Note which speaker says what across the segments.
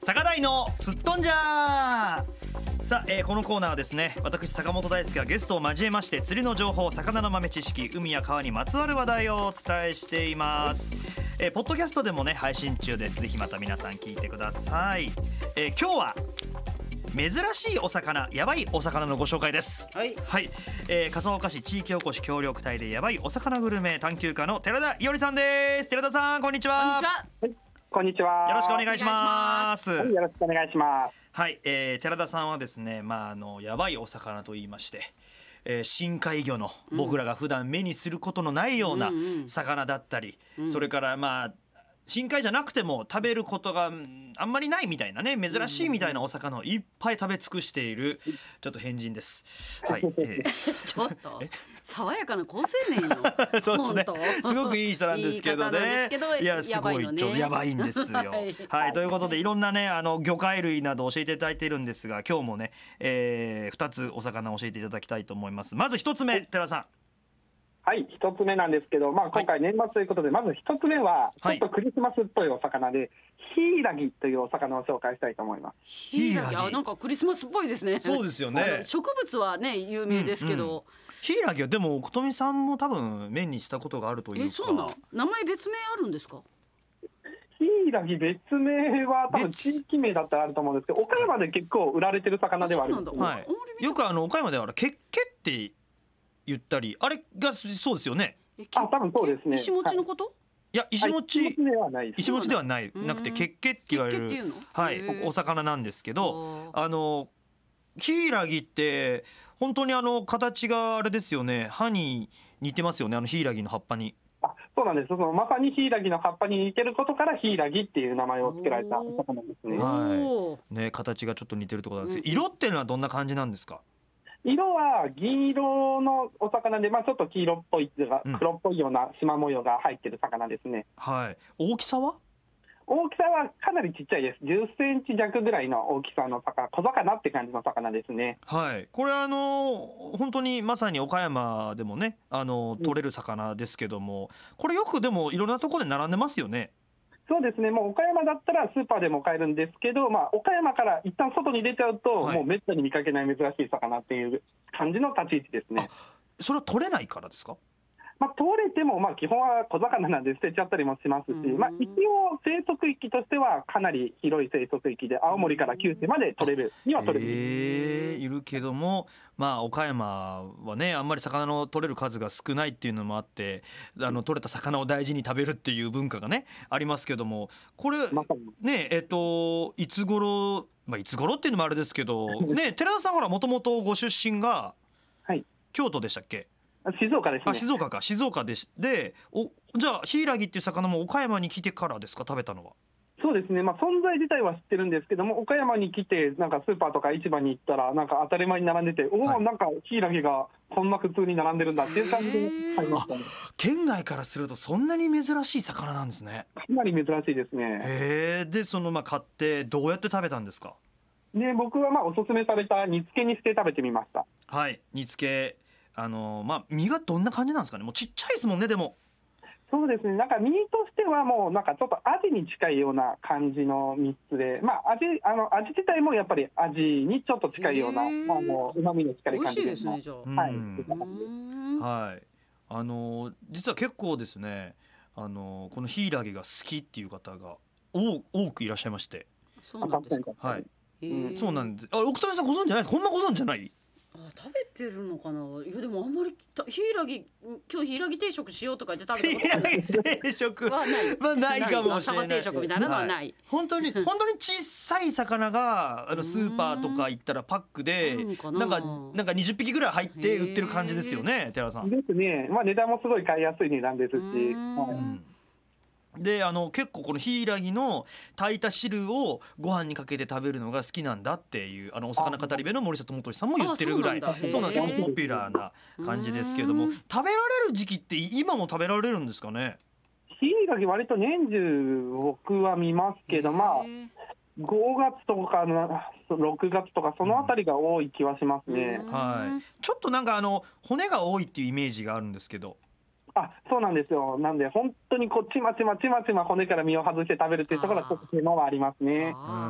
Speaker 1: 坂大のすっとんじゃー。さあ、このコーナーはですね、私坂本大輔がゲストを交えまして釣りの情報、魚の豆知識、海や川にまつわる話題をお伝えしています。ポッドキャストでもね配信中です。ぜひまた皆さん聞いてください。今日は珍しいお魚、やばいお魚のご紹介です。
Speaker 2: はい、
Speaker 1: はい。笠岡市地域おこし協力隊でやばいお魚グルメ探求家の寺田伊織さんです。寺田さん、こんにちは。
Speaker 3: こんにちは。
Speaker 1: よろしくお願いします。
Speaker 3: はい、よろしくお願いします。
Speaker 1: はい、寺田さんはですね、やばいお魚と言いまして、深海魚の僕らが普段目にすることのないような魚だったり、それから深海じゃなくても食べることがあんまりないみたいなね、珍しいみたいなお魚をいっぱい食べ尽くしているちょっと変人です。はい。
Speaker 2: ちょっと爽やかな好青年よ。
Speaker 1: そうですね。すごくいい人なんですけどね。
Speaker 2: いやすごい
Speaker 1: ちょっとやばいんですよ。はい。ということでいろんなね魚介類など教えていただいているんですが、今日もね、2つお魚を教えていただきたいと思います。まず1つ目、寺さん。
Speaker 3: はい、一つ目なんですけど、今回年末ということで、まず一つ目はちょっとクリスマスっぽいお魚で、ヒイラギというお魚を紹介したいと思います。
Speaker 2: ヒイラギ、なんかクリスマスっぽいですね。
Speaker 1: そうですよね。
Speaker 2: 植物はね有名ですけど、
Speaker 1: ヒイラギはでも琴美さんも多分目にしたことがあるというか。
Speaker 2: そうな、名前別名あるんですか？
Speaker 3: ヒイラギ別名は多分地域名だったらあると思うんですけど、岡山で結構売られてる魚ではあるんですよ。
Speaker 1: はい。よく岡山ではケッケって言ったり、あれがそうですよね。
Speaker 3: 多分そうですね。
Speaker 2: 石餅のこと？
Speaker 1: いや、石餅
Speaker 3: ではない。
Speaker 1: 石餅ではない、なくてケッケって言われる、はい、お魚なんですけど、ヒイラギって本当に形があれですよね。葉に似てますよね。ヒイラギの葉っぱに。
Speaker 3: そうなんです。まさにヒイラギの葉っぱに似てることからヒイラギっていう名前を付けられたお魚ですね。
Speaker 1: はい。ね、形がちょっと似てるところなんですけど、色っていうのはどんな感じなんですか？
Speaker 3: 色は銀色のお魚で、ちょっと黄色っぽい黒っぽいような縞模様が入ってる魚ですね。
Speaker 1: はい。大きさは？
Speaker 3: 大きさはかなりちっちゃいです。10センチ弱ぐらいの大きさの魚、小魚って感じの魚ですね。
Speaker 1: はい。これ本当にまさに岡山でもね取れる魚ですけども、これよくでもいろんなところで並んでますよね。
Speaker 3: そうですね。もう岡山だったらスーパーでも買えるんですけど、岡山から一旦外に出ちゃうと、もうめったに見かけない珍しい魚っていう感じの立ち位置ですね。
Speaker 1: それは取れないからですか？
Speaker 3: 取れても基本は小魚なんで捨てちゃったりもしますし、一応生息域としてはかなり広い生息域で、青森から九州まで取れるには取れる。
Speaker 1: いるけども、岡山はねあんまり魚の取れる数が少ないっていうのもあって、取れた魚を大事に食べるっていう文化がねありますけども、これねいつ頃いつ頃っていうのもあれですけどね、寺田さんほらもともとご出身が京都でしたっけ？
Speaker 3: 静岡ですね。
Speaker 1: 静岡か。静岡でじゃあヒイラギっていう魚も岡山に来てからですか？食べたのは。
Speaker 3: そうですね。存在自体は知ってるんですけども、岡山に来てなんかスーパーとか市場に行ったらなんか当たり前に並んでて、なんかヒイラギがこんな普通に並んでるんだっていう感じで買いましたね。
Speaker 1: 県外からするとそんなに珍しい魚なんですね。
Speaker 3: かなり珍しいですね。
Speaker 1: で買ってどうやって食べたんですか？
Speaker 3: で僕はおすすめされた煮付けにして食べてみました。
Speaker 1: はい、煮付け身がどんな感じなんですかね？もうちっちゃいですもんね。でも
Speaker 3: そうですね。なんか身としてはもうなんかちょっとアジに近いような感じの3つで、味自体もやっぱりアジにちょっと近いような旨味の近い感じですね。
Speaker 2: 美味しいですね。じゃ
Speaker 1: あ。はい。実は結構ですねこのヒイラギが好きっていう方が多くいらっしゃいまして。
Speaker 2: そうなんですか？
Speaker 1: はい。そうなんです。奥富さんご存知じゃないですか？ほんまご存知じゃない？
Speaker 2: 食べてるのかな。いやでもあんまりヒイラギ、今日ヒイラギ定食しようとか言って食べたことない。
Speaker 1: ヒイラギ定食はないかもしれない。
Speaker 2: サバ定食みたいなのはない。
Speaker 1: 本当に小さい魚がスーパーとか行ったらパックでなんか20匹ぐらい入って売ってる感じですよね、寺さん。
Speaker 3: ですね。値段もすごい買いやすい値段ですし。
Speaker 1: で結構このヒイラギの炊いた汁をご飯にかけて食べるのが好きなんだっていうお魚語り部の森里元志さんも言ってるぐらい、そうなん結構ポピュラーな感じですけども、食べられる時期って今も食べられるんですかね？
Speaker 3: ヒイラギ割と年中僕は見ますけど、5月とか6月とかそのあたりが多い気はしますね。
Speaker 1: はい。ちょっとなんか骨が多いっていうイメージがあるんですけど。
Speaker 3: そうなんですよ。なんで本当にちまちま骨から身を外して食べるっていうところはちょっと手間はありますね。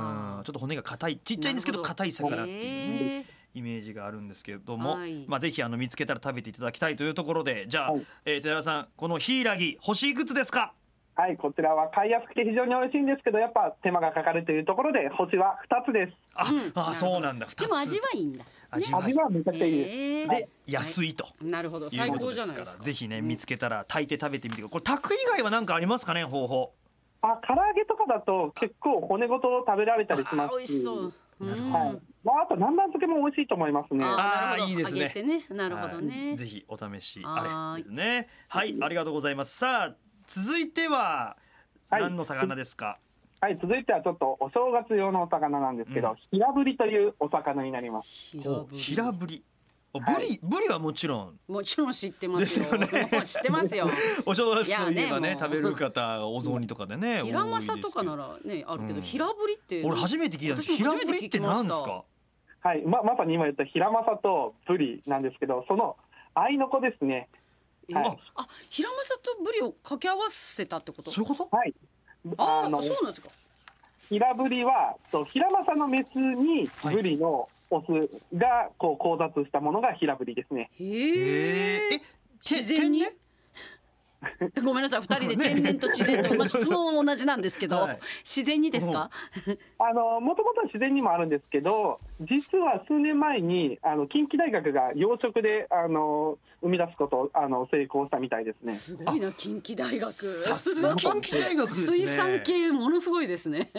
Speaker 1: ちょっと骨が硬い、ちっちゃいんですけど硬い魚っていうね、イメージがあるんですけれども、ぜひ見つけたら食べていただきたいというところで、じゃあ、寺田さん、このヒイラギ星いくつですか？
Speaker 3: はい、こちらは買いやすくて非常に美味しいんですけど、やっぱ手間がかかるというところで星は2つです。
Speaker 1: そうなんだ、2つ。
Speaker 2: でも味はいいんだ。
Speaker 3: 味はめちゃくちゃいいです。
Speaker 1: で、安いと。
Speaker 2: なるほど、最高じゃないですか。
Speaker 1: ぜひね、見つけたら炊いて食べてみてください。これ炊く以外は何かありますかね、方法？
Speaker 3: 唐揚げとかだと結構骨ごと食べられたりしますし、
Speaker 2: 美味しそう。
Speaker 3: あと南蛮漬けも美味しいと思いますね。
Speaker 1: いいですね。
Speaker 2: なるほどね。
Speaker 1: ぜひお試しあれですね。はい、ありがとうございます。さあ、続いては何の魚ですか？
Speaker 3: はい、続いてはちょっとお正月用のお魚なんですけど、平ぶりというお魚になります。
Speaker 1: 平ぶり。ブリはもちろん
Speaker 2: 知ってますよ。知ってますよ。
Speaker 1: お正月といえばね、食べる方お雑煮とかでね。
Speaker 2: 平正とかならねあるけど、平ぶりって
Speaker 1: 俺初めて聞いた。平ぶりって何ですか？
Speaker 3: はい、まさに今言った平正とブリなんですけど、その合いの子ですね。
Speaker 2: 平正とブリを掛け合わせたってこと？
Speaker 1: そういうこと？
Speaker 3: はい。
Speaker 2: そうなんですか。
Speaker 3: 平ぶりは平正のメスにブリのオスが交雑したものが平ぶりですね。
Speaker 2: 自然に？ごめんなさい、2人で天然と自然と質問同じなんですけど、自然にですか？
Speaker 3: もともとは自然にもあるんですけど、実は数年前に近畿大学が養殖で生み出すことを成功したみたいですね。
Speaker 2: すごいな、近畿大学。
Speaker 1: さすが近畿大学ですね。
Speaker 2: 水産系ものすごいですね。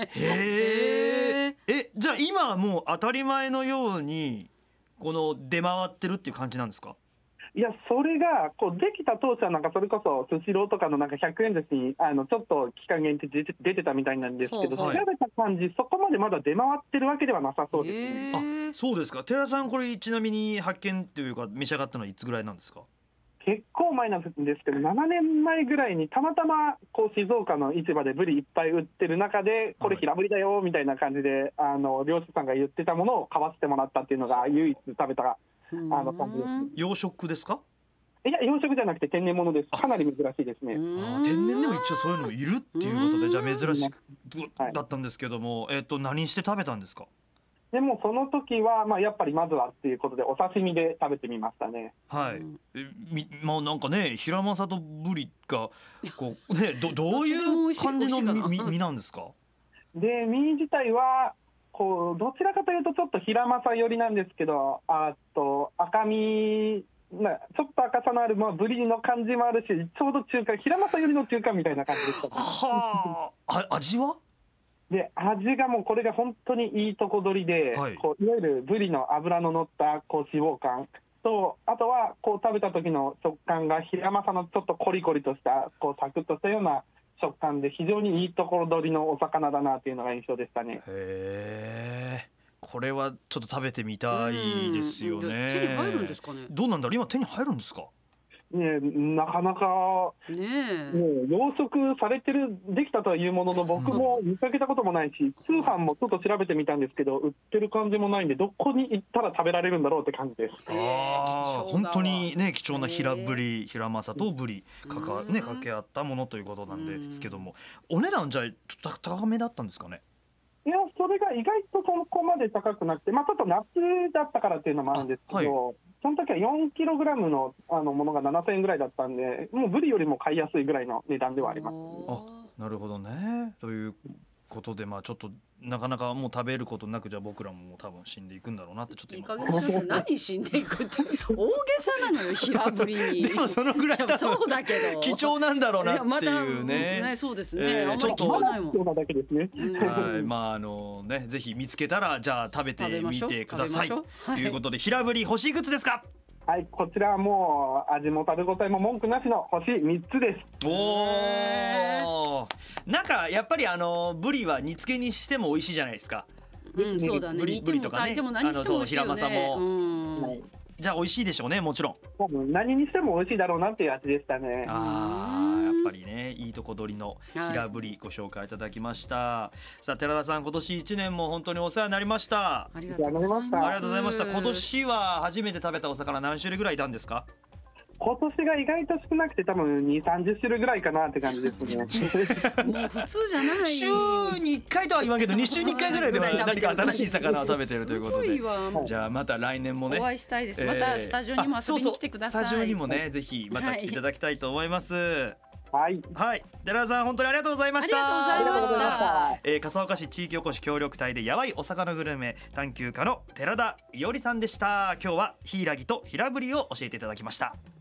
Speaker 1: じゃあ今はもう当たり前のようにこの出回ってるっていう感じなんですか？
Speaker 3: いや、それができた当初はなんかそれこそスシローとかのなんか100円寿司にちょっと期間限定で出てたみたいなんですけど、調べた感じそこまでまだ出回ってるわけではなさそうですね。
Speaker 1: そうですか。寺田さん、これちなみに発見というか召し上がったのはいつぐらいなんですか？
Speaker 3: 結構前なんですけど、7年前ぐらいにたまたま静岡の市場でブリいっぱい売ってる中で、これ平ぶりだよみたいな感じで漁師さんが言ってたものを買わせてもらったっていうのが唯一食べた感じです。
Speaker 1: 養殖ですか？
Speaker 3: いや、養殖じゃなくて天然物です。かなり珍しいですね。
Speaker 1: 天然でも一応そういうのもいるっていうことで、じゃあ珍しくだったんですけども、何して食べたんですか？
Speaker 3: でもその時はやっぱりまずはっていうことでお刺身で食べてみましたね。
Speaker 1: はい。なんかね、ヒラマサとブリがどういう感じの身なんですか？で、
Speaker 3: 身自体はどちらかというとちょっとヒラマサ寄りなんですけど、赤身、ちょっと赤さのあるブリの感じもあるし、ちょうど中間、ヒラマサ寄りの中間みたいな感じでした。
Speaker 1: 味は？
Speaker 3: で、味がもうこれが本当にいいとこ取りで、いわゆるブリの脂の乗った脂肪感と、あとは食べた時の食感がヒラマサのちょっとコリコリとしたサクッとしたような食感で、非常にいいところ取りのお魚だなというのが印象でしたね。
Speaker 1: これはちょっと食べてみたいですよね。
Speaker 2: 手に入るんですかね？
Speaker 1: どうなんだろう、今手に入るんですか？
Speaker 3: なかなか養殖されてるできたとはいうものの、僕も見かけたこともないし、通販もちょっと調べてみたんですけど売ってる感じもないんで、どこに行ったら食べられるんだろうって感じです。
Speaker 1: 本当にね、貴重なヒラマサとブリ掛け合ったものということなんですけども、お値段じゃあちょっと高めだったんですかね？
Speaker 3: いや、それが意外とそこまで高くなくて、ちょっと夏だったからっていうのもあるんですけど、その時は4キログラムのものが7000円ぐらいだったんで、もうブリよりも買いやすいぐらいの値段ではあります。
Speaker 1: なるほどね。ということで、ちょっとなかなかもう食べることなく、じゃあ僕らももう多分死んでいくんだろうなってちょっと今。
Speaker 2: 何死んでいくって大げさなのよ、平ぶりに。
Speaker 1: でもそのぐらい
Speaker 2: そうだけど
Speaker 1: 貴重なんだろうなっていうね。
Speaker 2: そうですね。
Speaker 1: ちょっと
Speaker 3: 貴重なだけですね。
Speaker 1: ぜひ見つけたらじゃあ食べてみてくださいということで、平ぶり星いくつですか？
Speaker 3: はい、こちらはもう味も食べ応えも文句なしの星3つです。
Speaker 1: なんかやっぱりブリは煮付けにしても美味しいじゃないですか。
Speaker 2: そうだね。
Speaker 1: ブリとかね、ヒラマサも。じゃあ美味しいでしょうね、もちろん。
Speaker 3: 多分何にしても美味しいだろうなっていう味でしたね。
Speaker 1: やっぱりね、いいとこ取りの平ぶりご紹介いただきました。さあ寺田さん、今年1年も本当にお世話になりました。
Speaker 2: ありがとうございました。
Speaker 1: 今年は初めて食べたお魚何種類ぐらいいたんですか？
Speaker 3: 今年が意外と少なくて多分2、30種類ぐらいかなって感じですね。
Speaker 2: もう普通じゃない。
Speaker 1: 週に1回とは言わんけど2週に1回ぐらいでは何か新しい魚を食べてるということで、じゃあまた来年もね
Speaker 2: お会いしたいです。またスタジオにも遊びに来てください。
Speaker 1: スタジオにもねぜひまた来ていただきたいと思います。
Speaker 3: はい、
Speaker 1: はい、寺田さん本当にありがとうございました。
Speaker 2: ありがとうございました。
Speaker 1: 笠岡市地域おこし協力隊でやばいお魚グルメ探求家の寺田伊織さんでした。今日はヒイラギとヒラブリを教えていただきました。